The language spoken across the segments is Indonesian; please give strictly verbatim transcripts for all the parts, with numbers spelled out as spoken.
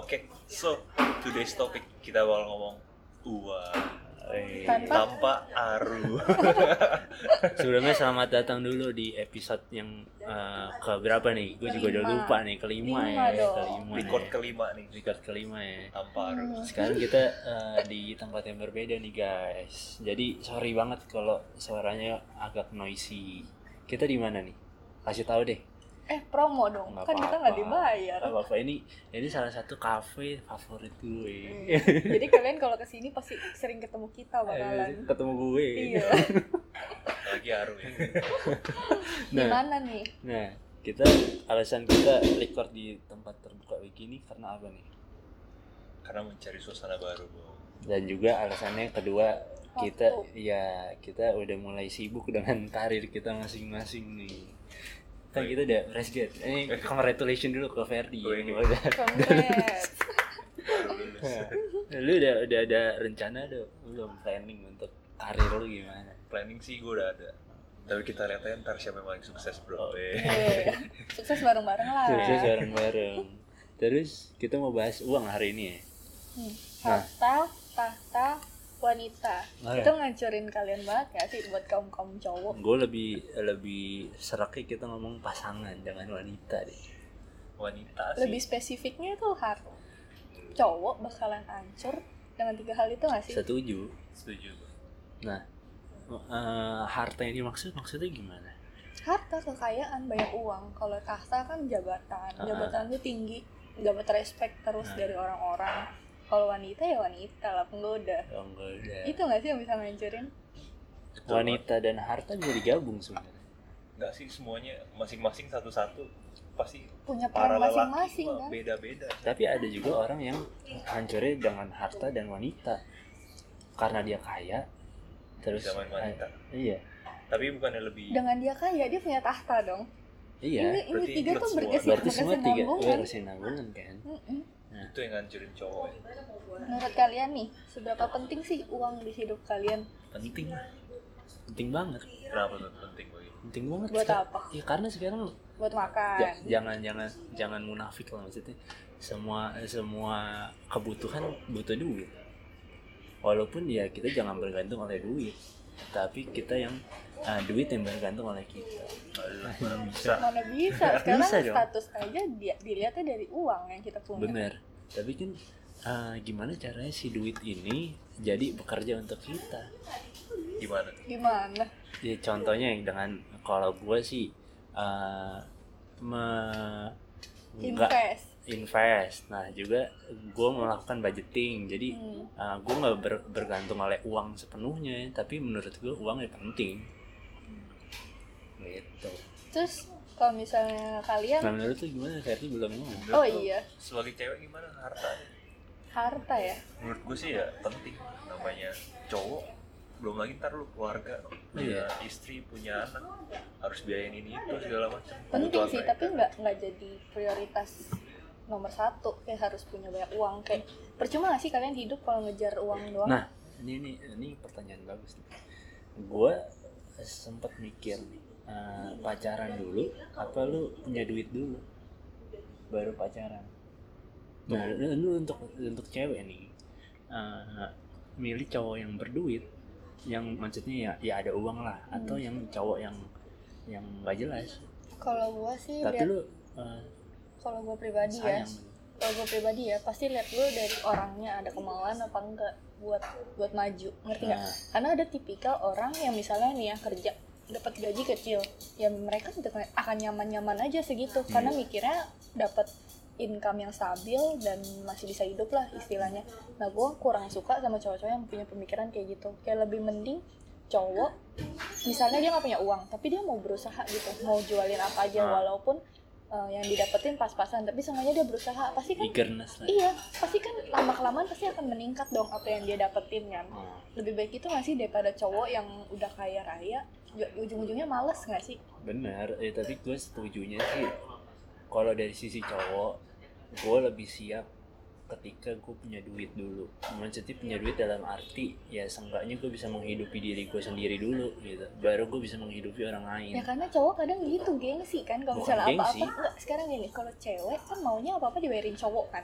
Oke, so today's topic kita bakal ngomong uang Eh, Tanpa- tanpa aru. Sebelumnya selamat datang dulu di episode yang uh, ke berapa nih? Gue juga udah Kelima. lupa nih, kelima Lima ya, dong. kelima. Record ya. kelima nih Record kelima ya. tanpa aru. Sekarang kita uh, di tempat yang berbeda nih guys. Jadi sorry banget kalau suaranya agak noisy. Kita di mana nih? Kasih tahu deh. Eh promo dong, Nggak kan kita apa-apa. nggak dibayar. Gak apa-apa, ini ini salah satu cafe favorit gue. Jadi kalian kalau kesini pasti sering ketemu kita Eh, bakalan. Ketemu gue. Iya. Lagi aru ya. Nah, Gimana nih? Nah, kita alasan kita record di tempat terbuka begini karena apa nih? Karena mencari suasana baru, Bro. Dan juga alasannya kedua, kita Waktu. ya kita udah mulai sibuk dengan karir kita masing-masing nih. Kan kita udah fresh grad. Ini congratulations dulu ke Ferdi. Wih. Yang udah, Congrats. Baru lulus. lu udah udah ada rencana tuh, belum planning untuk karir lu gimana? Planning sih gue udah ada. Tapi kita lihat aja ntar siapa yang paling sukses, Bro. Oh. Eh. Eh, Sukses bareng-bareng lah. Sukses bareng-bareng. Terus kita mau bahas uang hari ini ya. Hmm. Harta, tahta, wanita. Oh, ya. Itu ngancurin kalian banget gak sih buat kaum-kaum cowok? Gue lebih lebih seraknya kita ngomong pasangan, jangan wanita deh. Wanita sih. Lebih spesifiknya tuh harta. Cowok bakalan hancur dengan tiga hal itu gak sih? Setuju. Setuju. Nah, eh, harta yang dimaksud maksudnya gimana? Harta, kekayaan, banyak uang. Kalau tahta kan jabatan. Ah. Jabatan itu tinggi, dapat respect terus Ah. dari orang-orang. Kalau wanita ya wanita lah, penggoda. Oh, enggak ada. Itu gak sih yang bisa ngancurin? Wanita dan harta bisa digabung sebenarnya. Enggak sih semuanya masing-masing satu-satu pasti Punya para peran lelaki masing-masing mah kan? beda-beda. Tapi ada juga orang yang hancurnya dengan harta dan wanita. Karena dia kaya, terus Bisa main wanita. eh, iya. Tapi bukannya lebih Dengan dia kaya, dia punya tahta dong. Iya. Ini, ini berarti tiga ingat tuh semua. berkesi- Berarti semua tiga berkesinambungan. berkesinambungan kan. Mm-mm. itu yang ngancurin cowok ya. Menurut kalian nih, seberapa penting sih uang di hidup kalian? Penting lah. Penting banget. Kenapa tuh penting bagi? Penting banget. Buat Sekarang- apa? Ya karena sekarang Buat makan. Ja- jangan jangan jangan munafik lah, maksudnya semua semua kebutuhan butuh duit, walaupun ya kita jangan bergantung oleh duit, tapi kita yang uh, duit yang bergantung oleh kita. Mana bisa? Mana bisa? Sekarang Bisa dong. status aja dia dilihatnya dari uang yang kita punya. Bener, tapi kan uh, gimana caranya si duit ini jadi bekerja untuk kita? Gimana? Gimana? Ya contohnya yang dengan kalau gue sih uh, me- nggak- Invest. invest. Nah juga gue melakukan budgeting, jadi Hmm. uh, gue nggak ber- bergantung oleh uang sepenuhnya, tapi menurut gue uangnya penting gitu. Terus kalau misalnya kalian, Nah menurut lu gimana? Ferdi belum ngomong. oh iya, Sebagai cewek gimana harta? harta ya. Menurut gue sih ya penting. Namanya cowok, belum lagi ntar lu keluarga, punya Iya. istri, punya anak, harus biayain ini itu segala macam. Penting Kebutuhan sih, mereka. tapi nggak nggak jadi prioritas nomor satu. Kayak harus punya banyak uang. Kayak percuma nggak sih kalian hidup kalau ngejar uang doang? Nah ini ini ini pertanyaan bagus nih. Gue sempet mikir nih, uh, pacaran dulu apa lu punya duit dulu baru pacaran? Nah lu, lu untuk untuk cewek nih, uh, milih cowok yang berduit, yang maksudnya ya ya ada uang lah, atau Hmm. yang cowok yang yang nggak jelas Kalau gua sih tapi lihat, lu uh, kalau gua pribadi ya, sayang. kalau gua pribadi ya pasti lihat dulu dari orangnya ada kemauan apa enggak buat buat maju, ngerti nggak? Nah, Karena ada tipikal orang yang misalnya nih ya kerja dapat gaji kecil, ya mereka udah akan nyaman-nyaman aja segitu, Hmm. karena mikirnya dapat income yang stabil dan masih bisa hidup lah istilahnya. Nah gue kurang suka sama cowok-cowok yang punya pemikiran kayak gitu. Kayak lebih mending cowok, misalnya dia nggak punya uang, tapi dia mau berusaha gitu, mau jualin apa aja, Ah. walaupun uh, yang didapetin pas-pasan, tapi sengaja dia berusaha, pasti kan eagerness lah. iya, pasti kan lama-kelamaan pasti akan meningkat dong apa yang dia dapetin kan. Oh, Lebih baik itu nggak sih daripada cowok yang udah kaya raya, ju- ujung-ujungnya males nggak sih? bener, eh, tapi gue setujunya sih kalau dari sisi cowok gue lebih siap ketika gue punya duit dulu. Maksudnya punya duit dalam arti ya seenggaknya gue bisa menghidupi diri gue sendiri dulu gitu, baru gue bisa menghidupi orang lain. Ya karena cowok kadang gitu, gengsi kan, kalau Bukan misalnya gengsi. apa-apa enggak, sekarang gini, kalau cewek kan maunya apa-apa dibayarin cowok kan.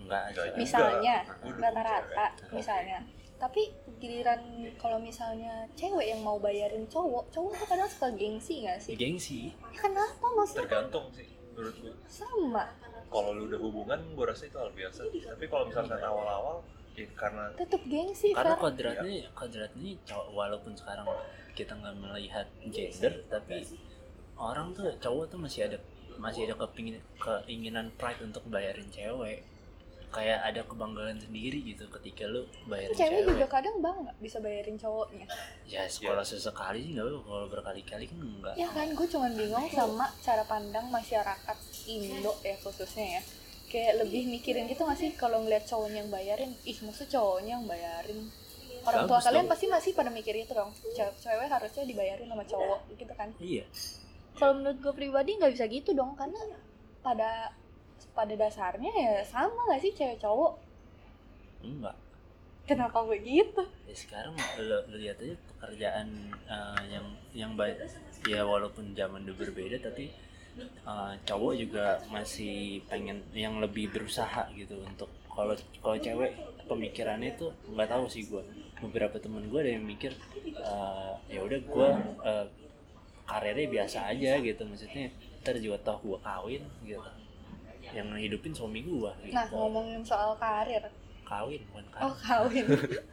enggak Enggak juga. Misalnya Gua dukung rata-rata cewek. misalnya. Tapi giliran kalau misalnya cewek yang mau bayarin cowok, cowok tuh kadang suka gengsi nggak sih? gengsi. Ya kenapa maksudnya? Tergantung sih menurut gue. Sama, Kalau lu udah hubungan, gue rasa itu hal biasa. Tapi kalau misalkan awal-awal, ya karena tetap gengsi Karena Fer. kodratnya kodratnya cowok, walaupun sekarang kita nggak melihat gender, tapi orang tuh cowok tuh masih ada masih ada kepingin, keinginan pride untuk bayarin cewek. Kayak ada kebanggaan sendiri gitu ketika lu bayarin Cewek cewek. juga kadang bangga bisa bayarin cowoknya. Ya kalau sesekali sih nggak apa, kalau berkali-kali kan enggak. Ya kan, gue cuma bingung sama cara pandang masyarakat Indo ya khususnya ya. Kayak lebih mikirin gitu gak sih kalau ngeliat cowoknya yang bayarin, ih maksud cowoknya yang bayarin. Orang tua Bagus kalian dong. pasti masih pada mikir itu dong, cewek, cewek harusnya dibayarin sama cowok gitu kan. Iya. Kalau menurut gue pribadi nggak bisa gitu dong, karena pada pada dasarnya ya sama gak sih cewek cowok. Enggak. Kenapa begitu? Ya sekarang lo, lo lihat aja pekerjaan uh, yang yang baik ya, walaupun zaman udah berbeda tapi uh, cowok juga masih pengen yang lebih berusaha gitu untuk, kalau kalau cewek pemikirannya itu nggak tahu sih gue, beberapa temen gue ada yang mikir uh, ya udah gue uh, karirnya biasa aja gitu, maksudnya ntar juga toh gue kawin gitu, yang ngehidupin suami gue gitu. Nah, ngomongin soal karir. Kawin bukan Oh, karir. kawin.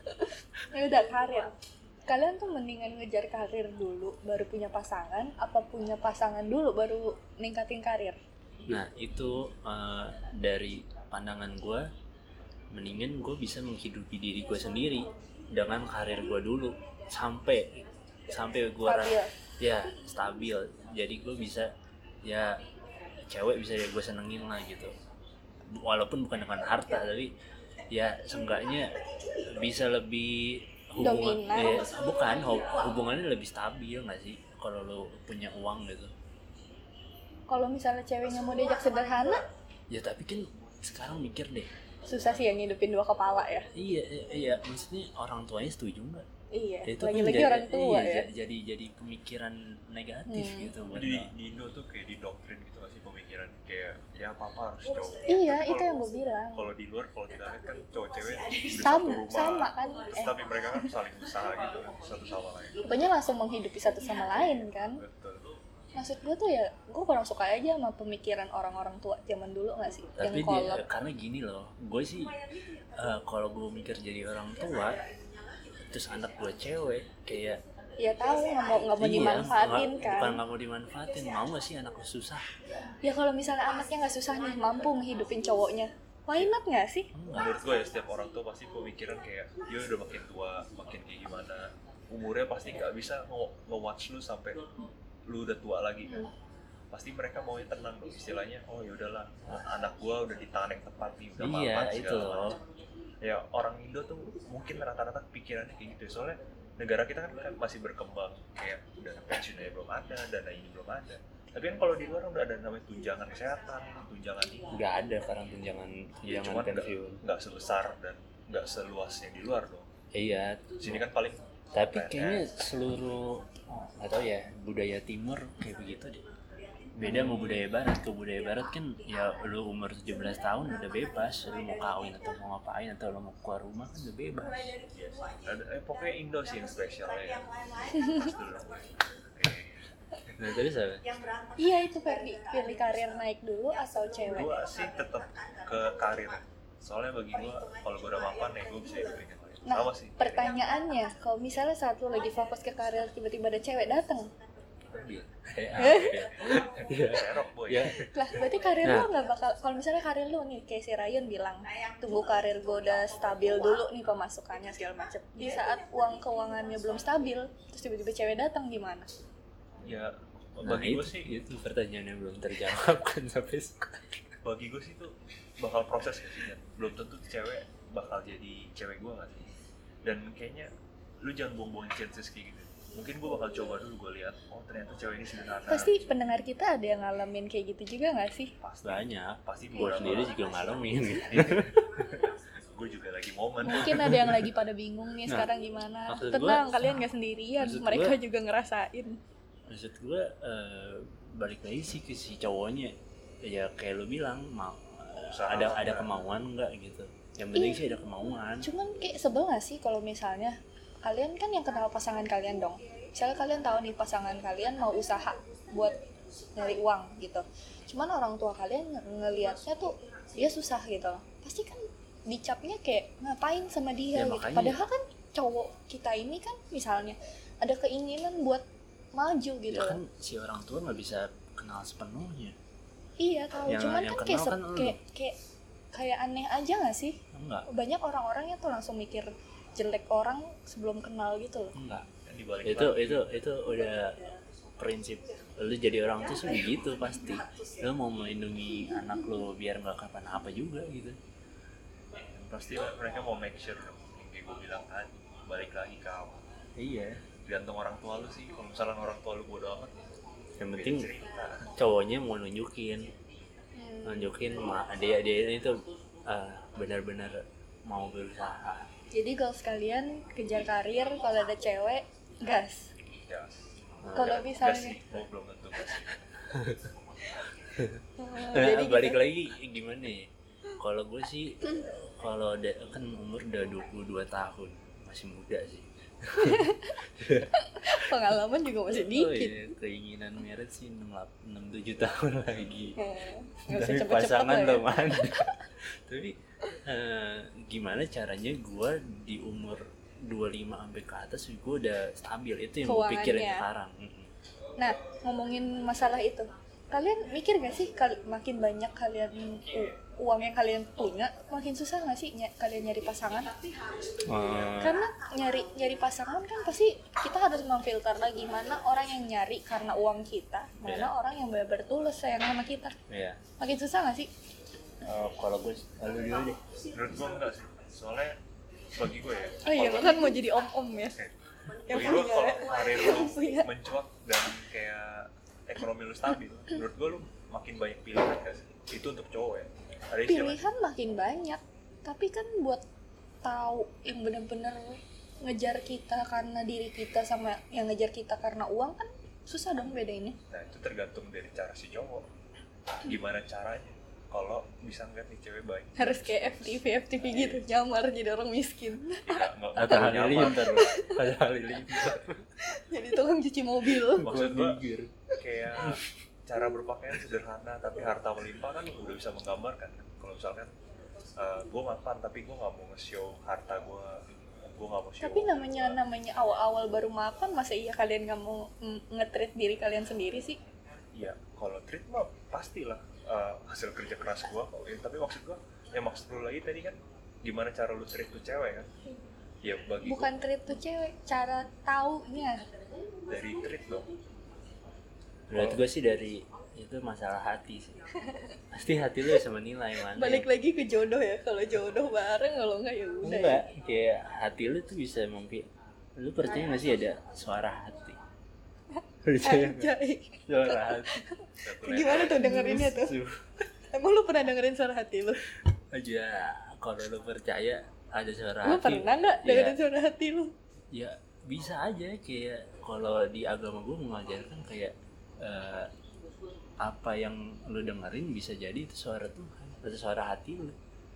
Ya udah, karir. Kalian tuh mendingan ngejar karir dulu baru punya pasangan, apa punya pasangan dulu baru ningkatin karir? Nah itu uh, dari pandangan gue, mendingan gue bisa menghidupi diri gue sendiri dengan karir gue dulu sampai sampai gue Stabil. ya stabil, jadi gue bisa ya cewek bisa ya gue senengin lah gitu, walaupun bukan dengan harta tapi ya seenggaknya bisa lebih hubungan, Dominan. eh, bukan hub- hubungannya lebih stabil nggak sih kalau lo punya uang gitu. Kalau misalnya ceweknya mau diajak sederhana, Ya tapi kan sekarang mikir deh, susah sih yang ngidupin dua kepala ya. iya iya, iya. Maksudnya orang tuanya setuju nggak? Iya, Ya, itu kan lagi-lagi jadi- orang tua iya, ya. jadi, jadi jadi pemikiran negatif Hmm. gitu buat di, lo. di Indo tuh kayak didoktrin gitu gak sih pemikiran kayak ya apa-apa harus cowok. Iya, Tapi itu kalau- yang gue bilang. Kalau di luar kalau kita lihat kan cowok cewek udah Sama, satu rumah. sama kan. Terus Eh. tapi mereka kan saling usaha gitu kan satu sama lain. Pokoknya langsung menghidupi satu sama lain kan. Betul. Maksud gue tuh ya, gue kurang suka aja sama pemikiran orang-orang tua zaman dulu gak sih? Tapi yang dia, kolot. karena gini loh, gue sih eh, kalau gue mikir jadi orang tua terus anak gue cewek kayak Ya tahu nggak mau nggak mau iya, dimanfaatin nggak- kan. bukan nggak mau dimanfaatin, mau nggak sih anak lu susah? Ya kalau misalnya anaknya nggak susah nih, mampu menghidupin cowoknya, why not nggak sih? Enggak. Menurut gue ya setiap orang tua pasti pemikiran kayak dia udah makin tua, makin kayak gimana. Umurnya pasti nggak bisa nge- nge-watch lu sampai lu udah tua lagi kan. Pasti mereka maunya tenang dong, istilahnya oh ya udahlah anak gua udah di tangan yang tepat nih, udah Iya, mapan itu segala loh. macam. Ya orang Indo tuh mungkin rata-rata pikirannya kayak gitu ya. Soalnya negara kita kan, kan masih berkembang, kayak dana pensiunnya belum ada, dana ini belum ada. Tapi kan kalau di luar udah ada namanya tunjangan kesehatan, tunjangan ini. Nggak ada sekarang tunjangan tunjangan Cuman nggak pensiun. nggak sebesar dan nggak seluas yang di luar dong. Iya, Sini kan paling tapi P N S. kayaknya seluruh oh, nggak tahu ya, budaya timur kayak begitu deh. Beda sama budaya barat. Ke budaya barat kan ya lu umur tujuh belas tahun udah bebas, lu mau kawin atau mau ngapain atau lu mau keluar rumah kan udah bebas. iya sih. Ada, eh, pokoknya Indo sih yang spesial ya. Mas dulu dong. Oke. Nah terus apa? Iya itu Ferdi, pilih karir naik dulu atau cewek? Gua sih tetap ke karir. Soalnya bagi gua kalau gua udah mapan ya gua bisa hidupin yang lain. Nah, Sama sih. pertanyaannya, kalau misalnya saat lu lagi fokus ke karir tiba-tiba ada cewek datang, Kayak apa ya? Iya. Serok boy. Ya, lah berarti karir Nah. lu nggak bakal. Kalau misalnya karir lu nih, kayak si Ryan bilang, tunggu karir gue udah stabil dulu nih pemasukannya segala macem. Di saat uang keuangannya belum stabil, terus tiba-tiba cewek datang gimana? Ya nah bagi itu, gua sih itu pertanyaannya belum terjawab kan sampai sekarang. bagi gue sih tuh bakal proses ya sih Dan. Belum tentu cewek bakal jadi cewek gue gak sih. Dan kayaknya lu jangan buang-buangin chances kayak gitu. Mungkin gue bakal coba dulu, gue lihat oh ternyata cewek ini sederhana. Pasti pendengar kita ada yang ngalamin kayak gitu juga nggak sih? pasti Banyak, pasti gue beberapa- sendiri juga ngalamin. gue juga lagi momen. Mungkin ada yang lagi pada bingung nih Nah, sekarang gimana. maksud Tenang, gua- kalian nggak sendirian, maksud mereka gua- juga ngerasain. Maksud gue eh, balik lagi sih ke si cowoknya, ya kayak lu bilang mau usaha ada apa ada enggak. kemauan nggak gitu. Yang penting Iya. sih ada kemauan. Cuman kayak sebel gak sih kalau misalnya kalian kan yang kenal pasangan kalian dong. Misalnya kalian tahu nih pasangan kalian mau usaha buat nyari uang gitu. Cuman orang tua kalian nge- ngelihatnya tuh dia susah gitu. Pasti kan dicapnya kayak ngapain sama dia Ya, gitu. makanya. Padahal kan cowok kita ini kan misalnya ada keinginan buat maju gitu. Ya kan si orang tua nggak bisa kenal sepenuhnya. Iya tahu. Yang- Cuman yang kan kenal kayak, se- kan lu. kayak kayak kayak aneh aja gak sih? Enggak, Banyak orang-orang yang tuh langsung mikir jelek orang sebelum kenal gitu loh. enggak. Kan dibalik Itu lagi. itu itu udah prinsip lu jadi orang tuh sih gitu pasti. Lu mau melindungi anak lu biar nggak kenapa-napa juga gitu. Pasti mereka mau make sure dong, yang kayak gue bilang tadi, balik lagi ke awal. Iya. Tergantung orang tua lu sih, kalau misalnya orang tua lu bodo amat, Yang beda penting cerita. cowoknya mau nunjukin, Hmm. nunjukin ma- dia dia itu eh, benar-benar mau berusaha. Jadi goals kalian kejar karir, kalau ada cewek gas. Ya, Kalau gas- misalnya- gas sih, oh, belum tentu gas. Hmm, Nah, jadi balik gitu. lagi gimana ya? Kalau gue sih, kalau ada kan umur udah dua puluh dua tahun, masih muda sih. Pengalaman juga masih Oh dikit. iya, keinginan married sih enam tujuh tahun lagi. Hmm, nggak usah Tapi cepet-cepet pasangan lah ya. belum ada. Tapi eh, gimana caranya gue di umur dua puluh lima sampai ke atas gue udah stabil, itu yang gue pikirin Keuangannya. sekarang. Mm-mm. Nah, ngomongin masalah itu, kalian mikir gak sih kal- makin banyak kalian u- uang yang kalian punya, makin susah gak sih ny- kalian nyari pasangan? Eh, Karena nyari nyari pasangan kan pasti kita harus memfilter lagi mana orang yang nyari karena uang kita, mana Iya. orang yang benar-benar tulus sayang sama kita. Iya. Makin susah gak sih? Eh, kalau gue lalu dulu deh. Menurut gue enggak sih, soalnya bagi gue ya. Oh iya, kalau- lo kan mau jadi om-om ya. Eh, Yang bagi gue punya. kalau karir lu Yang punya. mencuat dan kayak ekonomi lu stabil, menurut gue lu makin banyak pilihan kan sih. Itu untuk cowok ya. Ada istilah Pilihan makin banyak, tapi kan buat tahu yang benar-benar ngejar kita karena diri kita sama yang ngejar kita karena uang kan susah dong bedainnya. nah itu tergantung dari cara si cowok, gimana caranya. Kalau bisa ngeliat nih cewek baik, Harus kayak F T V F T V gitu, nyamar jadi orang miskin. tidak nggak Atau nggak nyamar. halilintar, ada halilintar. Jadi tukang cuci mobil. Maksud gua Mikir. kayak cara berpakaian sederhana tapi harta melimpah kan udah bisa menggambarkan kan. Kalau misalkan gue mapan tapi gue nggak mau nge-show harta gue, gue nggak mau show. Tapi namanya namanya awal-awal baru makan, masa iya kalian nggak mau mm, nge-treat diri kalian sendiri sih? Iya, kalau treat mah pastilah eh, hasil kerja keras gue. Tapi maksud gue, yang maksud lu lagi tadi kan gimana cara lu treat tuh cewek kan? Ya bagi Bukan treat tuh cewek, cara taunya. gue dari treat dong. Menurut gue sih dari itu masalah hati sih. Pasti hati lu bisa menilai mana. Balik lagi ke jodoh ya, kalau jodoh bareng, kalau enggak ya udah. Enggak, kayak hati lu tuh bisa mungkin. Lu percaya nggak sih ada suara hati? Percaya nggak? Anjay. Suara hati. Satu Gimana tuh dengerinnya tuh? Emang lu pernah dengerin suara hati lu? Aja, kalau lu percaya ada suara Lu hati. pernah nggak Ya, dengerin suara hati lu? ya bisa aja kayak kalau di agama gue mengajarkan kayak eh, apa yang lu dengerin bisa jadi itu suara Tuhan atau suara hati lu.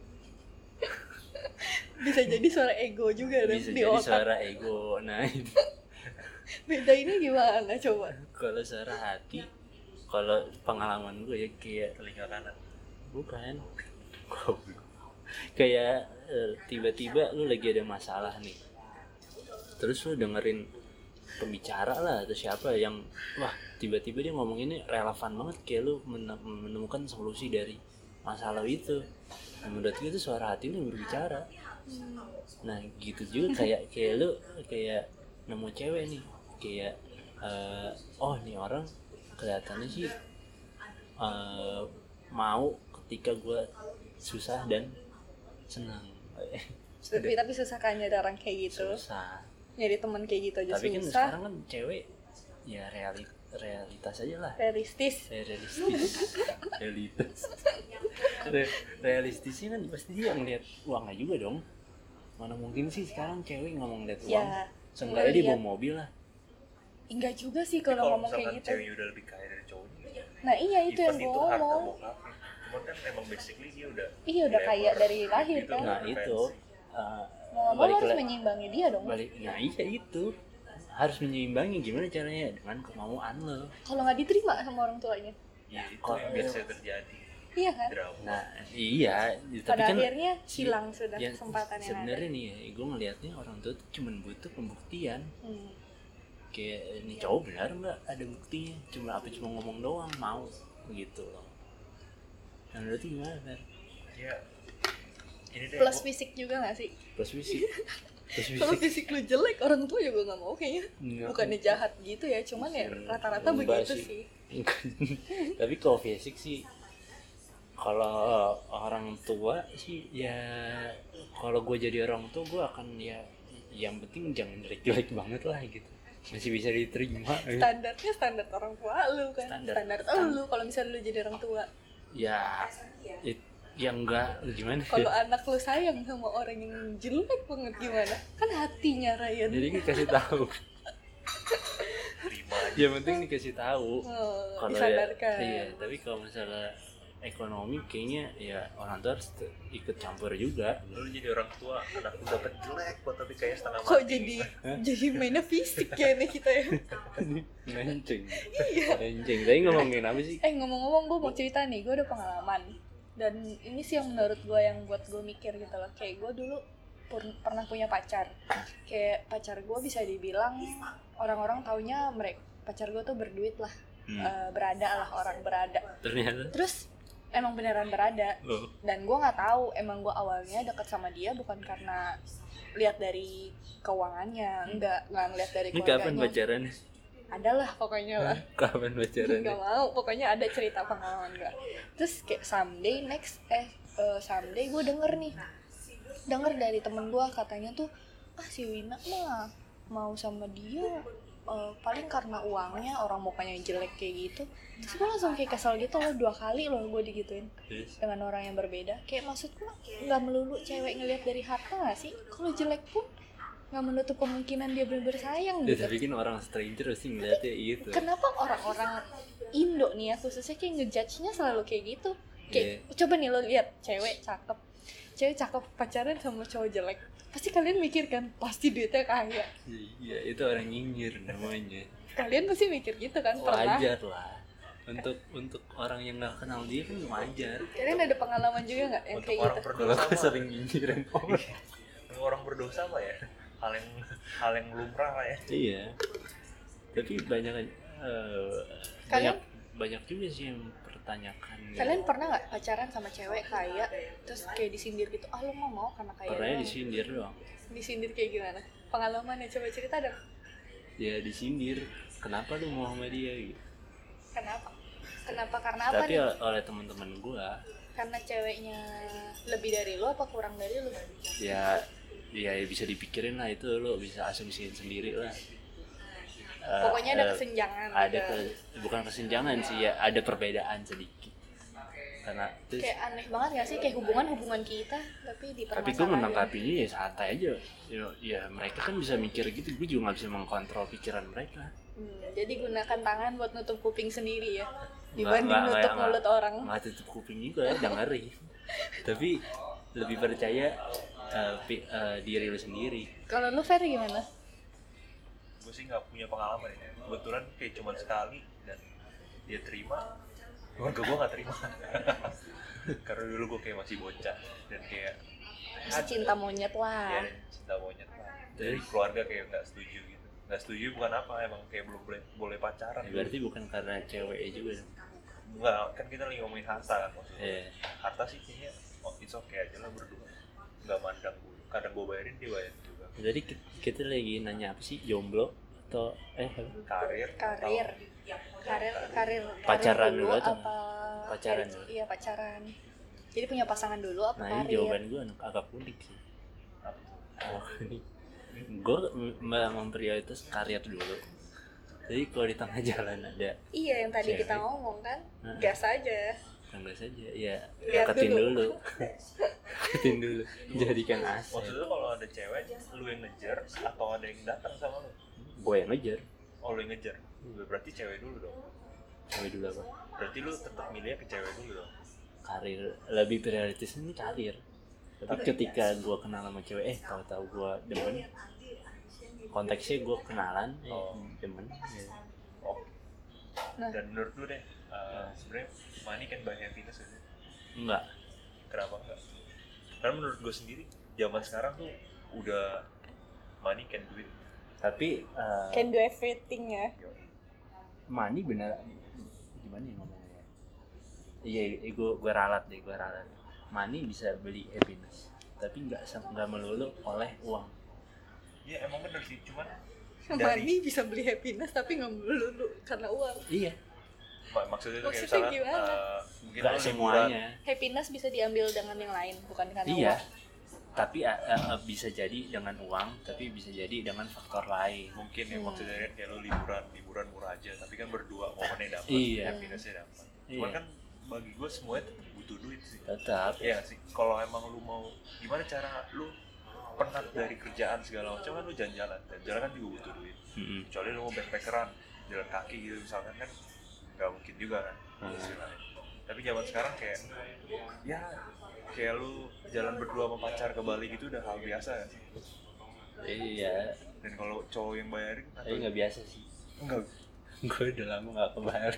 Bisa jadi suara ego juga dong Bisa di jadi otak. suara ego. Nah itu Beda ini gimana coba? kalau suara hati, kalau pengalaman gue ya kayak telinga kanan. bukan goblok. Kayak eh, tiba-tiba lu lagi ada masalah nih, terus lu dengerin pembicara lah atau siapa yang wah tiba-tiba dia ngomong ini relevan banget, kayak lu men- menemukan solusi dari masalah itu. Nah, menurut gue itu suara hati lu yang berbicara. Nah gitu juga kayak kayak lu kayak nemu cewek nih, kayak eh, oh nih orang kelihatannya sih eh, mau ketika gue susah dan senang. Tapi, tapi susah kan nyari orang kayak gitu. Susah. Nyari teman kayak gitu aja Tapi kan susah. sekarang kan cewek ya realit realitas aja lah. Realistis. Eh, realistis. Realitas. Re- realistisnya kan pasti dia ngeliat uangnya juga dong. Mana mungkin sih sekarang cewek nggak mau ngeliat uang. Ya. Seenggaknya dia bawa ngeliat. mobil lah. Enggak juga sih Tapi kalau ngomong misalkan kayak gitu. ceweknya udah lebih kaya dari cowoknya, Nah iya itu yang even gue itu harta ngomong. bokapnya, cuman kan emang basically dia udah Iya udah kaya dari lahir gitu. kan. Nah itu uh, Mau nggak mau lo harus menyeimbangi dia dong. balik nah iya itu harus menyeimbangi gimana caranya dengan kemauan lo. Kalau nggak diterima sama orang tuanya. ya itu yang biasa terjadi Iya kan? drama. Nah iya tapi Pada kan akhirnya si- hilang sudah ya, kesempatan yang ada. sebenarnya nih ya, gue ngelihatnya orang tua tuh cuma butuh pembuktian. Hmm. Kayak ini cowok benar nggak ada buktinya, cuma apa cuma ngomong doang mau gitu loh. Dan berarti gimana kan? Ya ini deh Plus gua- fisik juga nggak sih? Plus fisik, plus Kalau fisik. fisik lu jelek orang tua juga nggak mau kayaknya. Nggak. Bukannya jahat gitu ya, cuman ya rata-rata Enggak begitu sih. sih. Tapi kalau fisik sih, kalau orang tua sih ya, kalau gue jadi orang tua gue akan ya, yang penting jangan jelek-jelek banget lah gitu, masih bisa diterima. Standarnya standar orang tua lu kan. Standar. Standar, lu kalau misalnya lu jadi orang tua. Ya, it, ya enggak, gimana? Kalau anak lu sayang sama orang yang jelek banget gimana? Kan hatinya Ryan. Jadi dikasih tahu. terima aja. Yang penting dikasih tahu. Oh, Kalau disadarkan. Ya, iya, tapi kalau masalah ekonomi kayaknya ya orang tua harus te- ikut campur juga. Lu jadi orang tua anak lu dapet jelek kok tapi kayak setengah mati. Kok jadi jadi mainnya fisik ya nih kita ya? Menceng. Menceng. Tapi ngomongin apa sih? Eh ngomong-ngomong gue mau cerita nih, gue ada pengalaman. Dan ini sih yang menurut gue yang buat gue mikir gitu loh. Kayak gue dulu pur- pernah punya pacar. Kayak pacar gue bisa dibilang orang-orang taunya mereka pacar gue tuh berduit lah. Hmm. Eh, berada lah, orang berada. Ternyata. Terus emang beneran berada. Oh. Dan gue nggak tahu emang gue awalnya deket sama dia bukan karena lihat dari keuangannya, enggak nggak ngeliat dari Ini kapan keluarganya. pacaran? Adalah pokoknya lah. Kapan pacaran? Gak mau, pokoknya ada cerita pengalaman gue. Terus kayak someday next eh uh, someday gue denger nih, denger dari temen gue katanya tuh ah si Wina mah mau sama dia uh, paling karena uangnya, orang mukanya jelek kayak gitu. Terus gue langsung kayak kesel gitu loh, dua kali loh gue digituin Terus? dengan orang yang berbeda. Kayak maksud gue nggak melulu cewek ngelihat dari harta nggak sih? Kalau jelek pun nggak menutup kemungkinan dia bener-bener sayang Ya, gitu. tapi kan orang stranger sih ngeliatnya gitu. Kenapa orang-orang Indo nih ya khususnya kayak ngejudge-nya selalu kayak gitu? Kayak coba nih lo lihat cewek cakep, cewek cakep pacaran sama cowok jelek, pasti kalian mikir kan pasti duitnya kaya. Iya, itu orang nyinyir namanya. Kalian pasti mikir gitu kan? Pernah? Wajar lah. Untuk untuk orang yang nggak kenal dia kan wajar. Kalian ada pengalaman juga nggak yang Untuk kayak orang gitu? Kalau berdosa aku mah- sering nyinyirin orang. Untuk orang berdosa mah ya hal yang hal yang lumrah lah ya. Iya. Tapi banyak eh, Kalian- banyak banyak juga sih yang mempertanyakan. gitu. Kalian pernah nggak pacaran sama cewek kaya terus kayak disindir gitu? Ah lo mau mau karena kaya Pernahnya doang. disindir doang. Disindir kayak gimana? Pengalamannya coba cerita dong. Ya disindir. Kenapa lu mau sama dia gitu? Kenapa? Kenapa? Karena apa Tapi nih? oleh teman-teman gua Karena ceweknya lebih dari lo apa kurang dari lo? ya ya bisa dipikirin lah, itu lo bisa asumsiin sendiri lah. Eh, Pokoknya ada eh, kesenjangan. ada gitu. ke- bukan kesenjangan sih ya, ada perbedaan sedikit karena terus Kayak aneh banget gak sih kayak hubungan-hubungan kita tapi dipermasalahin. tapi gue menanggapinya ya santai aja ya, ya mereka kan bisa mikir gitu, gue juga nggak bisa mengkontrol pikiran mereka. Hmm, jadi gunakan tangan buat nutup kuping sendiri ya Nggak- dibanding nggak- nutup nggak- mulut orang. nggak tutup kuping juga dengerin tapi lebih percaya eh, pi- eh, diri lu sendiri. Kalau lu Fer gimana? Gue sih nggak punya pengalaman ya. Kebetulan kayak cuma sekali dan dia terima. Keluarga gue nggak terima. Karena dulu gue kayak masih bocah dan kayak Masih cinta monyet lah. ya cinta monyet lah. Jadi keluarga kayak nggak setuju gitu. Nggak setuju bukan apa, emang kayak belum boleh boleh pacaran. Ya, berarti bukan karena cewek juga dong. Enggak, kan kita lagi ngomongin harta kan maksudnya. Iya. Harta sih kayaknya oh, it's okay aja lah berdua. Nggak mandang gue. Kadang gue bayarin, dia bayarin juga. Jadi ki- kita lagi nanya apa sih, jomblo atau eh apa? Karir. Karir. Karir karir Pacaran karir dulu atau apa pacaran karir- dulu? Iya, pacaran. Jadi punya pasangan dulu apa Nah ini karir? jawaban gue agak unik sih. Apa tuh? Oh, gue memprioritas karir dulu. Jadi kalau di tengah jalan ada Iya, yang tadi Cewek. kita ngomong kan. Nah. Gas aja. tangga saja ya, Lihat deketin dulu. dulu, deketin dulu, jadikan aset. Maksudnya kalau ada cewek, lu yang ngejar atau ada yang datang sama lu? Gue yang ngejar. Oh, lu yang ngejar. Berarti cewek dulu dong. Cewek dulu apa? Berarti lu tetap milihnya ke cewek dulu dong. karir, lebih prioritas ini karir. Tapi ketika gue kenal sama cewek, eh tahu-tahu gue demen, konteksnya gue kenalan, eh, Oh. demen. Ya. Oh. Nah. Dan menurut lu deh, uh, sebenarnya money can buy happiness gitu. Enggak. Kenapa enggak? Karena menurut gue sendiri, zaman sekarang tuh udah money can do it. Tapi uh, Can do everything ya. money bener gimana ya ngomongnya? Iya, gue gue ralat deh, gue ralat. Money bisa beli happiness, tapi nggak nggak melulu oleh uang. Iya emang bener sih, cuman Money bisa beli happiness tapi nggak melulu karena uang. Iya. mak- maksudnya tuh kayak Maksudnya misalnya gimana? uh, mungkin Nggak lo liburan, semuanya. Happiness bisa diambil dengan yang lain, bukan karena Iya. uang. Tapi uh, uh, bisa jadi dengan uang, tapi bisa jadi dengan faktor lain. mungkin ya Hmm. maksudnya kan kayak lo liburan liburan murah aja, tapi kan berdua momennya dapat, Iya. happinessnya dapat. Cuman Iya. kan bagi gue semuanya tetap butuh duit sih. Tetap. Iya nggak sih, kalau emang lu mau gimana cara lu penat dari kerjaan segala macam kan lu jalan-jalan, jalan kan juga butuh duit. Mm-mm. Kecuali lu mau backpackeran, jalan kaki gitu misalkan kan nggak mungkin juga kan Hmm. istilahnya. Tapi zaman sekarang kayak ya kayak lu jalan berdua sama pacar ke Bali gitu udah hal biasa ya sih. Iya. Dan kalau cowok yang bayarin atau Tapi nggak biasa sih. enggak? Gue udah lama nggak kebayar.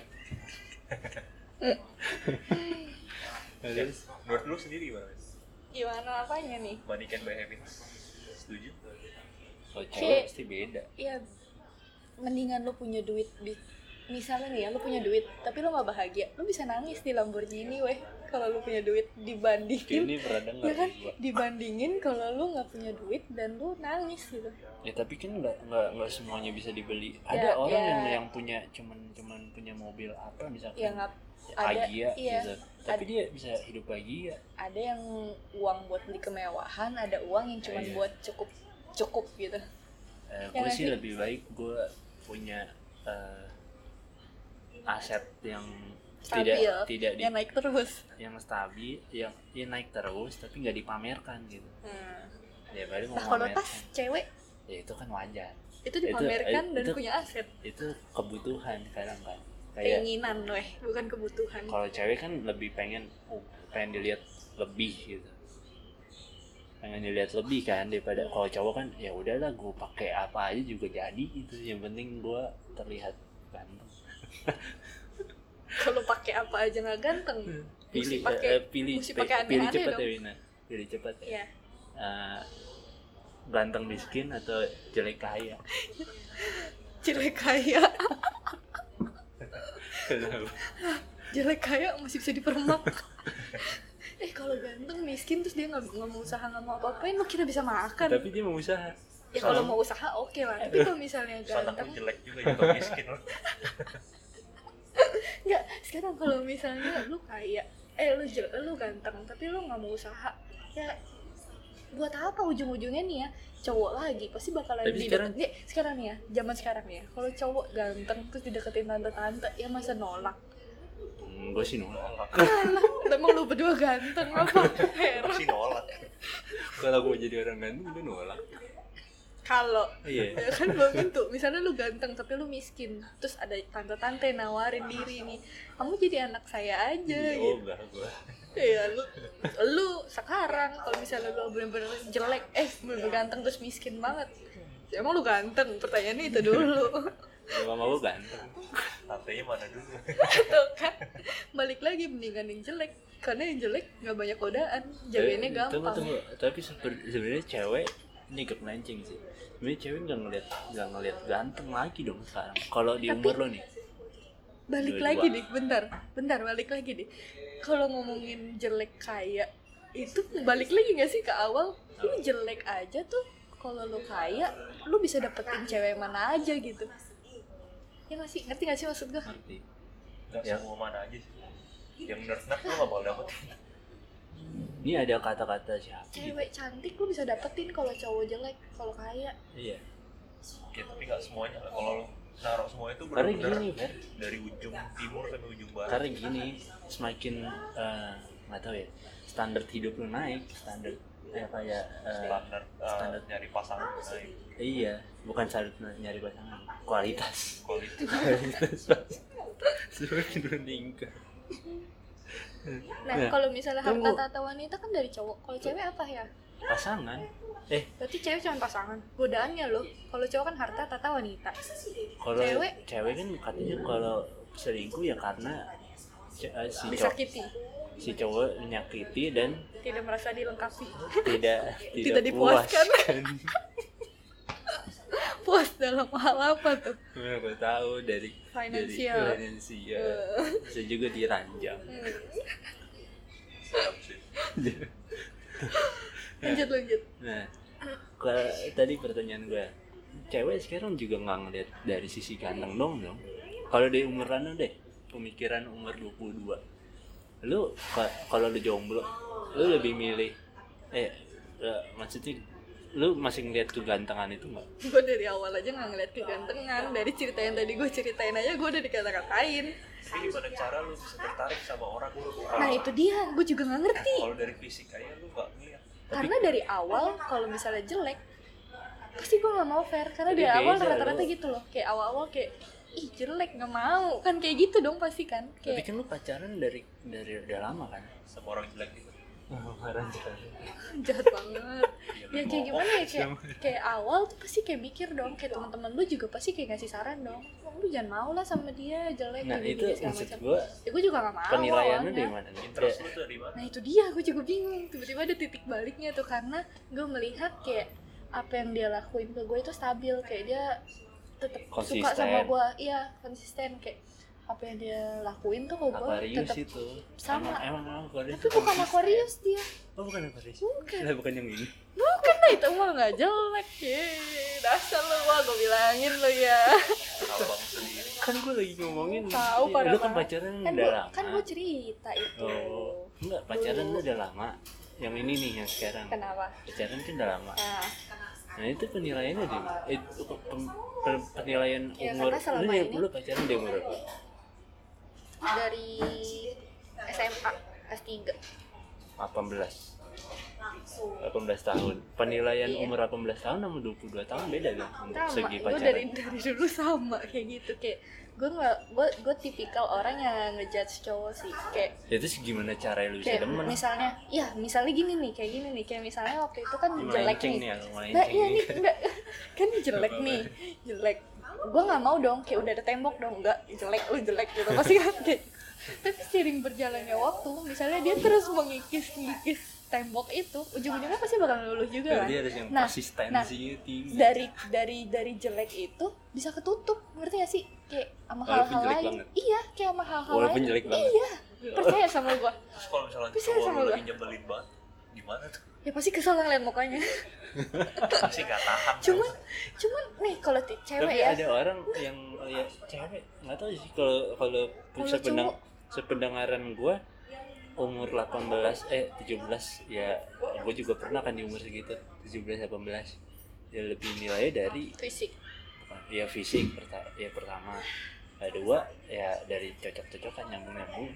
Ya, menurut lu sendiri gimana? Mas? Gimana apanya nih? Money can buy happiness. Setuju? Kalau Kayak- cewek pasti beda. Iya, mendingan lu punya duit di- misalnya nih ya, lu punya duit tapi lu nggak bahagia, lu bisa nangis di Lamborghini weh kalau lu punya duit, dibandingin Ini pernah dengar ya kan, gua. dibandingin kalau lu nggak punya duit dan lu nangis gitu. Ya tapi kan nggak nggak nggak semuanya bisa dibeli. Ya, Ada orang ya. yang yang punya cuman cuman punya mobil apa misalkan. Ya nggak ada, Agia iya. gitu. Tapi Ad- dia bisa hidup bahagia. ada yang uang buat beli kemewahan, ada uang yang cuma Iya. buat cukup cukup gitu. Eh, Ya gue nggak sih sih? lebih baik gue punya eh, aset yang Stabil, tidak tidak di, yang naik terus. yang stabil, yang ya naik terus tapi nggak dipamerkan gitu. Hmm. Ya baru mau Nah kalau pamerkan. tas cewek Ya itu kan wajar. itu dipamerkan Itu- dan itu- punya aset, Itu kebutuhan sekarang kan. Kayak keinginan weh, bukan kebutuhan. kalau cewek kan lebih pengen oh, pengen dilihat lebih gitu. Pengen dilihat lebih kan daripada kalau cowok kan ya udahlah gue pakai apa aja juga jadi gitu. Yang penting gue terlihat ganteng. Kalau pakai apa aja nggak ganteng, Pilih mesti pakai eh, pilih mesti pe- pakai pilih aneh-aneh cepat dong. ya Wina. Pilih cepat ya. Iya. Eh, ganteng miskin atau jelek kaya. Jelek kaya, jelek kaya masih bisa dipermak. Eh kalau ganteng miskin terus dia nggak nggak mau usaha, nggak mau apa-apain, lu kira bisa makan? Tapi dia mau usaha. Ya kalau mau usaha oke lah, tapi kalau misalnya Soalnya ganteng, aku jelek juga jatuh miskin loh. nggak. Sekarang kalau misalnya lu kaya, eh lu jelek, lu ganteng, tapi lu nggak mau usaha, ya buat apa ujung-ujungnya nih ya? Cowok lagi pasti bakalan Tapi dideket. sekarang- Nih, sekarang nih ya, zaman sekarang nih ya, kalau cowok ganteng terus dideketin tante-tante, ya masa nolak? Hmm, gue sih nolak. Nolak. Emang lu berdua ganteng apa? Heran. Masih nolak. Kalau gue jadi orang ganteng gue nolak. Kalau Iya. ya kan belum tentu, misalnya lu ganteng tapi lu miskin, terus ada tante-tante nawarin diri nih, kamu jadi anak saya aja Oh gitu. enggak gue. Ya lu lu sekarang kalau misalnya lu bener-bener jelek, eh bener-bener ganteng terus miskin banget, emang lu ganteng? Pertanyaannya itu dulu. Mama gue ganteng. Tantenya mana dulu? Tuh kan, balik lagi, mendingan yang jelek, karena yang jelek nggak banyak godaan, jagainnya Eh, tunggu, gampang. tunggu. Tapi seper- sebenarnya cewek ini kepelancing sih. Sebenarnya cewek nggak ngeliat nggak ngeliat ganteng lagi dong sekarang. Kalau di Tapi- umur lo nih. Balik Dua-dua. lagi deh, bentar, bentar balik lagi deh. Kalau ngomongin jelek kaya, itu balik lagi nggak sih ke awal? Lu jelek aja tuh, kalau lu kaya, lu bisa dapetin cewek mana aja gitu. Ya nggak sih, ngerti nggak sih maksud gue? Ngerti. Gak Ya. semua mana aja sih. Yang nerd-nerd lu gak bakal dapet. Ini ada kata-kata siapa gitu. Cewek cantik lu bisa dapetin kalau cowok jelek, kalau kaya. Iya. Ya, tapi gak semuanya lah. Kalau lu naruh semua itu Karena bener-bener gini, Fer. dari ujung timur sampai ujung barat. Karena gini, semakin eh, nggak tahu ya, standar hidup lu naik, standar ya kayak eh, standar, uh, standar. nyari pasangan naik Iya, bukan standar nyari pasangan, kualitas. kualitas. Kualitas semakin meningkat. Nah, Nah, kalau misalnya harta tunggu. tata wanita kan dari cowok. Kalau cewek apa ya? Pasangan. Eh, Berarti cewek cuma pasangan. Godaannya loh. Kalau cowok kan harta tata wanita. kalau Cewek? cewek kan katanya kalau selingkuh ya karena c- eh, si cowok Disakiti, si cowok menyakiti dan tidak merasa dilengkapi. tidak Tidak tidak dipuaskan. puaskan. Puas dalam hal apa tuh? Mana gue tahu dari Finansial. dari finansial. Bisa juga diranjang. Sedap sih. Lanjut lanjut. Nah, ke- tadi pertanyaan gue, cewek sekarang juga nggak ngeliat dari sisi ganteng dong dong. Kalau di umuran lu deh, pemikiran umur dua puluh dua, lu ka- kalau lu jomblo, lu lebih milih, eh, eh, maksudnya lu masih ngeliat kegantengan itu nggak? Gue dari awal aja nggak ngeliat kegantengan. Dari cerita yang tadi gue ceritain aja gue udah dikata-katain. Tapi gimana cara lu bisa tertarik sama orang? Nah itu dia, gue juga nggak ngerti. Kalau dari fisik aja lu nggak ngeliat. Karena dari awal kalau misalnya jelek pasti gue nggak mau fair. Karena Tapi dari awal beda rata-rata loh. gitu loh. Kayak awal-awal kayak ih jelek nggak mau kan kayak gitu dong pasti kan. Tapi Kayak kan lu pacaran dari dari udah lama kan? Sama orang jelek gitu. Pacaran jahat banget. Ya kayak gimana ya kayak kayak awal tuh pasti kayak mikir dong kayak teman-teman lu juga pasti kayak ngasih saran dong. Oh, lu jangan mau lah sama dia jelek Nah gini, itu gini, segala maksud macam. gue, Ya gue juga gak mau. penilaian lu awalnya. dari mana nih? Interest lu tuh dari mana? Nah itu dia, gue juga bingung. Tiba-tiba ada titik baliknya tuh karena gue melihat kayak apa yang dia lakuin ke gue itu stabil, kayak dia tetap suka Konsisten. sama gue, iya konsisten kayak apa yang dia lakuin tuh ke gue Aquarius tetap itu sama. emang, emang Aquarius tapi itu bukan konsisten. Aquarius dia, Oh bukan Aquarius, bukan, lah bukan yang ini. bukan lah itu mah nggak jelek ya, dasar lu gua gue bilangin lu ya. Abang sendiri. Kan gue lagi ngomongin Tahu, iya, parah lu kan banget. pacaran Kan udah gue lama. kan gue cerita itu. Oh enggak, pacaran lu udah lama. Yang ini nih yang sekarang. Kenapa? Pacaran kan udah lama. Nah, Nah itu penilaiannya di itu pem- pem- penilaian Ya, umur karena selama lu, ya, ini- lu pacaran di umur berapa? dari S M A S tiga. delapan belas delapan belas tahun. Penilaian Iya. umur delapan belas tahun sama dua puluh dua tahun beda kan untuk Sama, segi gue pacaran. dari dari dulu sama kayak gitu kayak gue nggak gue gue tipikal orang yang ngejudge cowok sih kayak Ya, terus gimana cara lu bisa kayak demen? misalnya ya misalnya gini nih kayak gini nih kayak misalnya waktu itu kan jelek Melenceng nih nih, aku nah melenceng iya nih. nih enggak kan jelek nih jelek gue nggak mau dong kayak udah ada tembok dong enggak jelek lu jelek gitu pasti kan kayak tapi seiring berjalannya waktu misalnya dia terus mengikis-ngikis tembok itu ujung-ujungnya pasti bakal luluh juga kan Berarti harus yang nah konsistensinya tinggi. dari dari dari jelek itu bisa ketutup ngerti gak sih kayak sama Walaupun hal-hal jelek lain banget. iya kayak sama hal-hal Walaupun lain jelek banget. iya percaya sama gua Terus kalau misalnya Bisa cowok sama lu lu. lagi nyebelin banget, gimana tuh? ya pasti kesel ngeliat mukanya Pasti nggak tahan. cuman cuman nih kalau ti- cewek Tapi ya ada orang yang ya cewek nggak tahu sih kalau kalau Kalau sependang cowok- sependengaran gue umur delapan belas eh tujuh belas ya gue juga pernah kan di umur segitu tujuh belas delapan belas ya lebih nilainya dari fisik ya fisik perta- ya pertama kedua ya dari cocok-cocokan nyambung-nyambung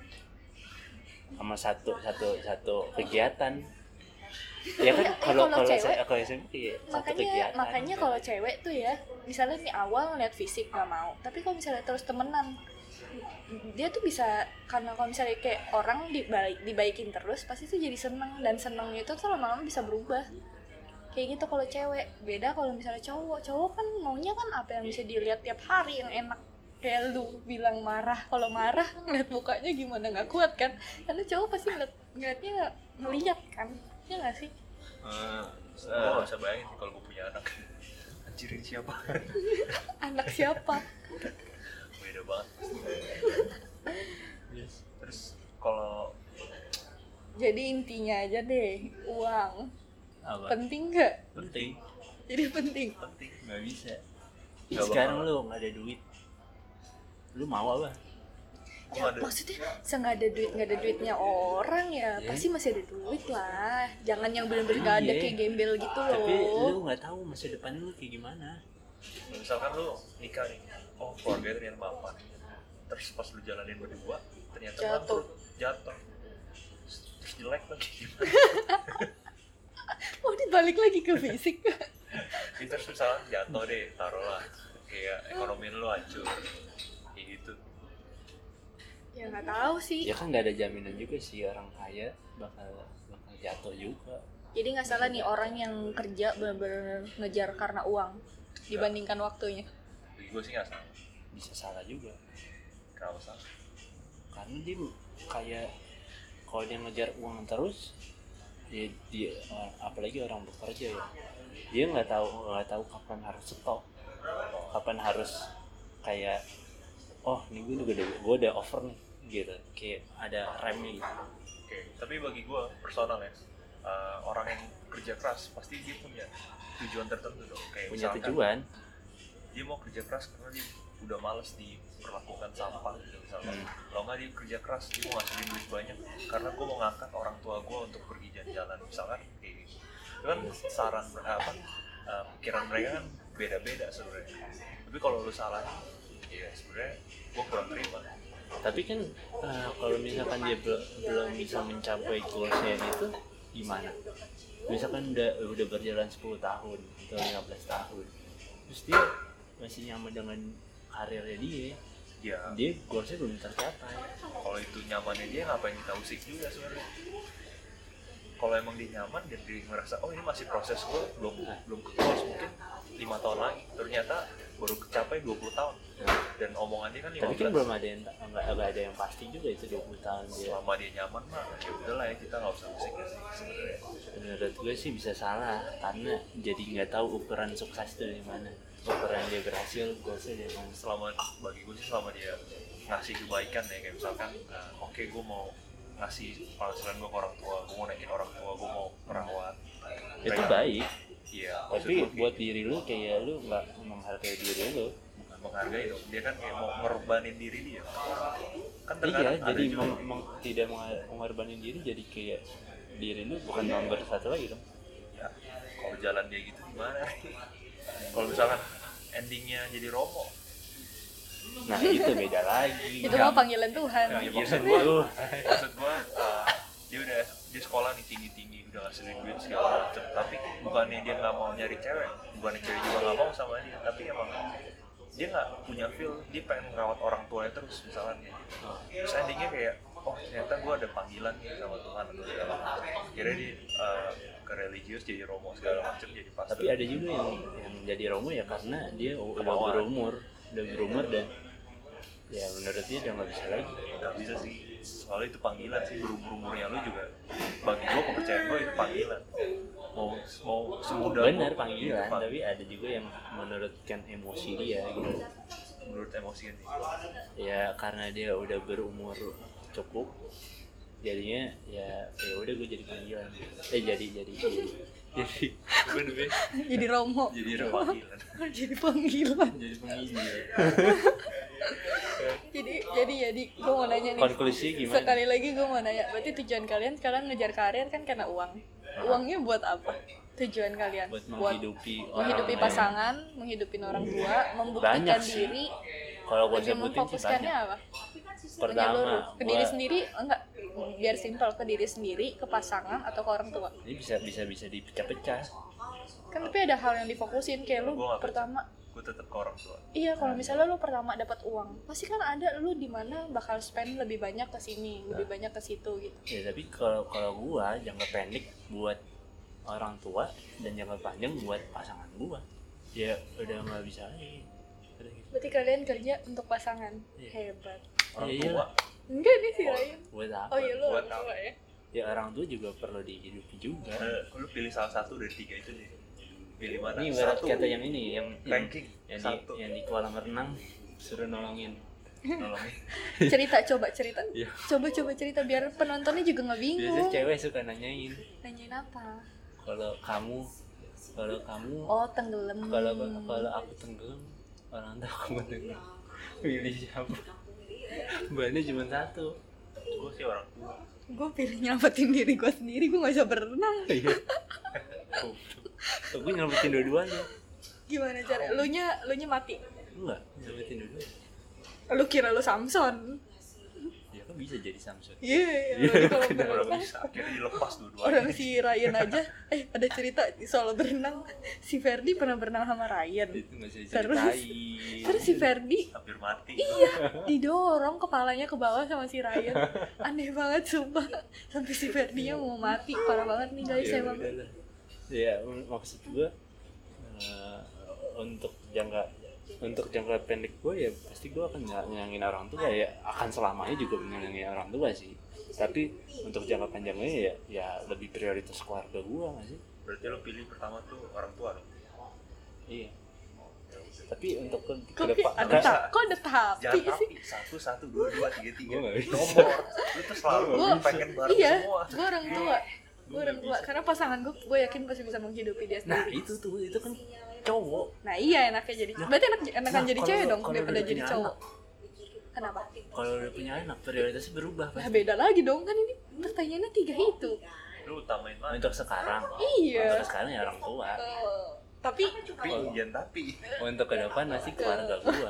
sama satu satu satu kegiatan ya kan Ya, kalau kalau kalau cewek, saya kalau S M P ya satu makanya kegiatan makanya kalau cewek tuh ya misalnya nih awal ngeliat fisik nggak mau tapi kalau misalnya terus temenan dia tuh bisa karena kalau misalnya kayak orang dibaik, dibaikin terus pasti tuh jadi seneng dan seneng itu tuh lama-lama bisa berubah kayak gitu kalau cewek beda kalau misalnya cowok cowok kan maunya kan apa yang bisa dilihat tiap hari yang enak kayak lu bilang marah kalau marah ngeliat mukanya gimana nggak kuat kan karena cowok pasti ngeliat ngeliatnya ngeliat kan ya nggak sih Eh, gue nggak bisa bayangin kalau gue punya anak. Anjirin siapa? anak siapa Beda banget. Terus kalau jadi intinya aja deh uang apa penting nggak penting jadi penting penting, nggak bisa Nggak sekarang bakal. lu nggak ada duit lu mau apa ya, Nggak ada. maksudnya nggak ada duit nggak ada duitnya orang ya Ya. pasti masih ada duit lah jangan yang bener-bener nggak ada Iya. kayak gembel gitu tapi loh lu nggak tahu masa depan lu kayak gimana misalkan lu nikah nih, oh keluarganya ternyata mapan. Terus pas lu jalanin berdua, ternyata Jatuh. bangkrut, jatuh. Terus jelek lagi gimana? oh dibalik lagi ke fisik Ini terus misalkan jatuh deh, taruhlah kayak ekonomi lu hancur, kayak gitu. Ya nggak tahu sih. Ya kan nggak ada jaminan juga sih orang kaya bakal bakal jatuh juga. Jadi nggak salah nih orang yang kerja benar-benar ngejar karena uang dibandingkan waktunya. Bagi gue sih nggak salah. Bisa salah juga. Kenapa salah? Karena dia kayak kalau dia ngejar uang terus, dia, dia apalagi orang bekerja ya, dia nggak tahu nggak tahu kapan harus stop, kapan harus kayak oh nih gue udah gue udah over nih gitu, kayak ada remnya gitu. Oke, tapi bagi gue personal ya, uh, orang yang kerja keras pasti dia punya tujuan tertentu dong. Kayak Punya misalkan tujuan. dia mau kerja keras karena dia udah males diperlakukan sampah gitu misalnya. Hmm. Kalau nggak dia kerja keras, dia mau ngasilin duit banyak karena gue mau ngangkat orang tua gue untuk pergi jalan-jalan misalkan kayak gitu. Itu kan saran apa uh, pikiran mereka kan beda-beda sebenarnya. Tapi kalau lu salah, ya sebenarnya gue kurang terima. Tapi kan uh, kalau misalkan dia belum belum bisa mencapai goalsnya itu gimana? Misalkan udah udah berjalan sepuluh tahun atau lima belas tahun, terus dia masih nyaman dengan karirnya dia, ya dia goalsnya belum tercapai. Kalau itu nyamannya dia, ngapain kita usik juga sebenarnya? Kalau emang dia nyaman dan dia ngerasa oh ini masih proses gue, belum nah. belum ke goals, mungkin lima tahun lagi, ternyata baru kecapai dua puluh tahun. Nah. Dan omongan dia kan lima belas. Tapi kan belum ada yang nggak ada yang pasti juga itu dua puluh tahun dia. Selama dia nyaman mah ya udahlah ya, kita nggak usah usik sebenarnya. Menurut gue sih bisa salah karena jadi nggak tahu ukuran sukses itu dari mana, ukuran dia berhasil goalsnya dari mana. Selama bagi gue sih selama dia ngasih kebaikan ya, kayak misalkan uh, oke okay, gue mau ngasih penghasilan gue ke orang tua, gue mau naikin orang tua, gue mau merawat, itu mereka, baik. Iya. Tapi buat gitu. Diri lu kayak lu nggak menghargai diri lu. Bukan menghargai dong, dia kan kayak mau ngorbanin diri dia. Kan iya, jadi meng, meng, tidak mengorbanin diri, jadi kayak diri lu bukan nomor satu lagi dong. Ya, kalau jalan dia gitu gimana? Kalau misalkan endingnya jadi Romo, nah itu beda lagi. Itu mah panggilan Tuhan. Ya, maksud gua, maksud gua uh, dia udah di sekolah nih tinggi-tinggi, udah ngasilin duit segala macam, tapi bukannya dia nggak mau nyari cewek, bukannya cewek juga nggak mau sama dia, tapi emang dia nggak punya feel, dia pengen ngerawat orang tuanya terus misalnya. Terus endingnya kayak oh ternyata gue ada panggilan nih sama Tuhan atau segala macam. Kira dia uh, ke religius jadi Romo segala macam, jadi pastor. Tapi ada juga yang yang jadi Romo ya karena dia udah berumur, udah berumur dan ya menurut dia udah nggak bisa lagi. Nggak bisa sih, soalnya itu panggilan sih, berumur-umurnya lu juga. Bagi gue kepercayaan gue itu panggilan. Mau mau semudah benar panggilan, panggilan, tapi ada juga yang menurutkan emosi dia gitu. Menurut emosi dia. Ya karena dia udah berumur cukup, jadinya ya ya udah gue jadi panggilan. Eh jadi jadi jadi jadi bener jadi Romo. Jadi panggilan. jadi panggilan. Jadi panggilan. jadi jadi jadi gue mau nanya nih. Konklusi gimana? Sekali lagi gue mau nanya, berarti tujuan kalian sekarang ngejar karir kan karena uang. Uangnya buat apa? Tujuan kalian buat menghidupi buat menghidupi pasangan, menghidupi orang tua, membuktikan diri. Kalau gue sebutin memfokuskannya apa? Pertama, ke diri gua... sendiri, enggak, biar simpel, ke diri sendiri, ke pasangan atau ke orang tua. Ini bisa bisa bisa dipecah-pecah. Kan tapi ada hal yang difokusin, kayak lu pertama. Gue tetap ke orang tua. Iya, kalau misalnya lu pertama dapat uang, pasti kan ada lu di mana bakal spend lebih banyak ke sini, nah. lebih banyak ke situ gitu. Ya tapi kalau kalau gua jangka pendek buat orang tua dan jangka panjang buat pasangan gua. Ya udah nggak bisa lagi. Berarti kalian kerja untuk pasangan. Iya. Hebat. Orang ya, tua. Enggak nih sih Ryan. Buat apa? Oh iya lu buat orang tua ya. Ya orang tua juga perlu dihidupi juga. Uh, lu pilih salah satu dari tiga itu deh. Pilih mana? Ini ibarat kata yang ini yang ranking yang, yang di yang di kolam renang suruh nolongin. Nolongin. Cerita coba cerita. Ya. Coba coba cerita biar penontonnya juga nggak bingung. Biasanya cewek suka nanyain. Nanyain apa? Kalau kamu kalau kamu oh tenggelam. Kalau kalau aku tenggelam, orang tahu kamu tenggelam. Pilih siapa? Bahannya cuma satu. Gue sih orang tua. Gue pilih nyelamatin diri gue sendiri, gue nggak bisa berenang. Iya. Gue nyelamatin dua-duanya. Gimana cara? Lu nya lu nya mati? Enggak, nyelamatin dua-duanya. Lu kira lu Samson? Ya kan bisa jadi Samsung. Iya, Iya, yeah, kalau Orang berenang. bisa akhirnya dilepas dua-duanya. Orang si Ryan aja, eh ada cerita soal berenang. Si Ferdi pernah berenang sama Ryan. Itu nggak bisa Terus, diceritain. terus si Ferdi Hampir mati. iya didorong kepalanya ke bawah sama si Ryan. Aneh banget sumpah. Sampai si Ferdinya mau mati, parah banget nih guys Ya emang. udahlah. Ya mak- maksud gue uh, untuk jangka untuk jangka pendek gue ya pasti gue akan ny- nyenangin orang tua ya, akan selamanya juga nyenangin orang tua sih. Tapi untuk jangka panjangnya ya ya lebih prioritas keluarga gue nggak sih? Berarti lo pilih pertama tuh orang tua lo. Iya. Tapi untuk ke, ke Kok depan ada kayak- ta- kok ada tapi Jangan sih? tapi satu satu dua dua tiga tiga Gua nggak bisa. nomor. Lu tuh selalu Gua- pengen bareng Iya, semua. gue orang tua. Gue orang tua karena pasangan gue, gue yakin pasti bisa menghidupi dia Nah sendiri. itu tuh itu kan cowok. Nah iya enaknya jadi, berarti enak enakan Nah, jadi kalau- cewek dong kalau daripada udah jadi punya cowok. Kenapa? Kalau udah punya anak prioritasnya berubah Nah pasti. beda lagi dong kan ini pertanyaannya tiga itu. Lu utamain mana? Untuk sekarang. Iya. Untuk sekarang ya orang tua. Eh, tapi Tapi jangan tapi. Untuk ke depan masih keluarga gua.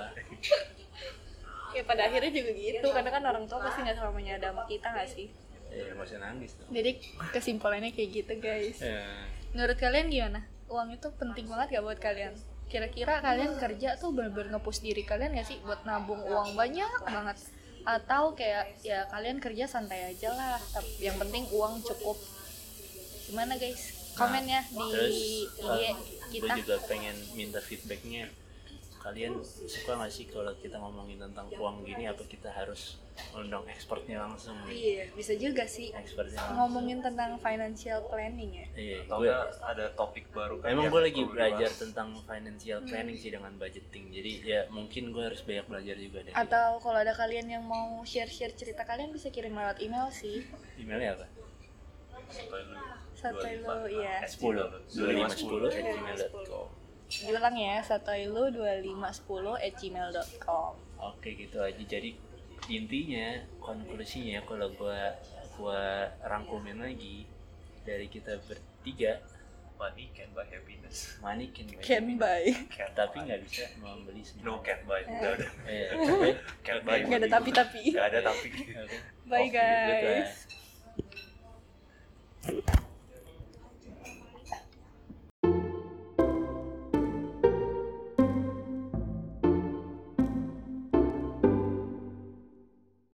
ya pada akhirnya juga gitu karena kan orang tua pasti nggak selamanya ada sama kita nggak sih. Ya masih nangis tuh. Jadi kesimpulannya kayak gitu guys. Ya. Menurut kalian gimana? Uang itu penting banget gak buat kalian? Kira-kira kalian kerja tuh bener-bener nge-push diri kalian gak sih buat nabung uang banyak banget? Atau kayak ya kalian kerja santai aja lah, tapi yang penting uang cukup. Gimana guys? Komen ya di Terus I G gue kita. juga pengen minta feedbacknya. Kalian suka nggak sih kalau kita ngomongin tentang uang gini, apa kita harus undang expertnya langsung? Iya, bisa juga sih. Expertnya langsung. Ngomongin tentang financial planning ya. Iya, Atau gue, enggak ada topik baru kan? emang yang gue lagi perlu belajar dibahas. tentang financial planning sih dengan budgeting. Jadi ya mungkin gue harus banyak belajar juga deh. Atau kalau ada kalian yang mau share-share cerita kalian bisa kirim lewat email sih. Emailnya apa? Sampai lu Sampai dua puluh lima. lu, iya. Eh, sepuluh dua lima sepuluh at dua lima gmail dot com. Diulang ya, satoilu dua lima satu nol at gmail dot com. Oke gitu aja. Jadi intinya konklusinya kalau gua gua rangkumin lagi dari kita bertiga, Money can buy happiness. money can buy Can happiness, buy. Can tapi buy. nggak bisa membeli semua. No can buy. Udah udah. Eh, Can buy. Gak ada tapi-tapi. Gak ada tapi. Oke. Bye Oke, goodbye. guys.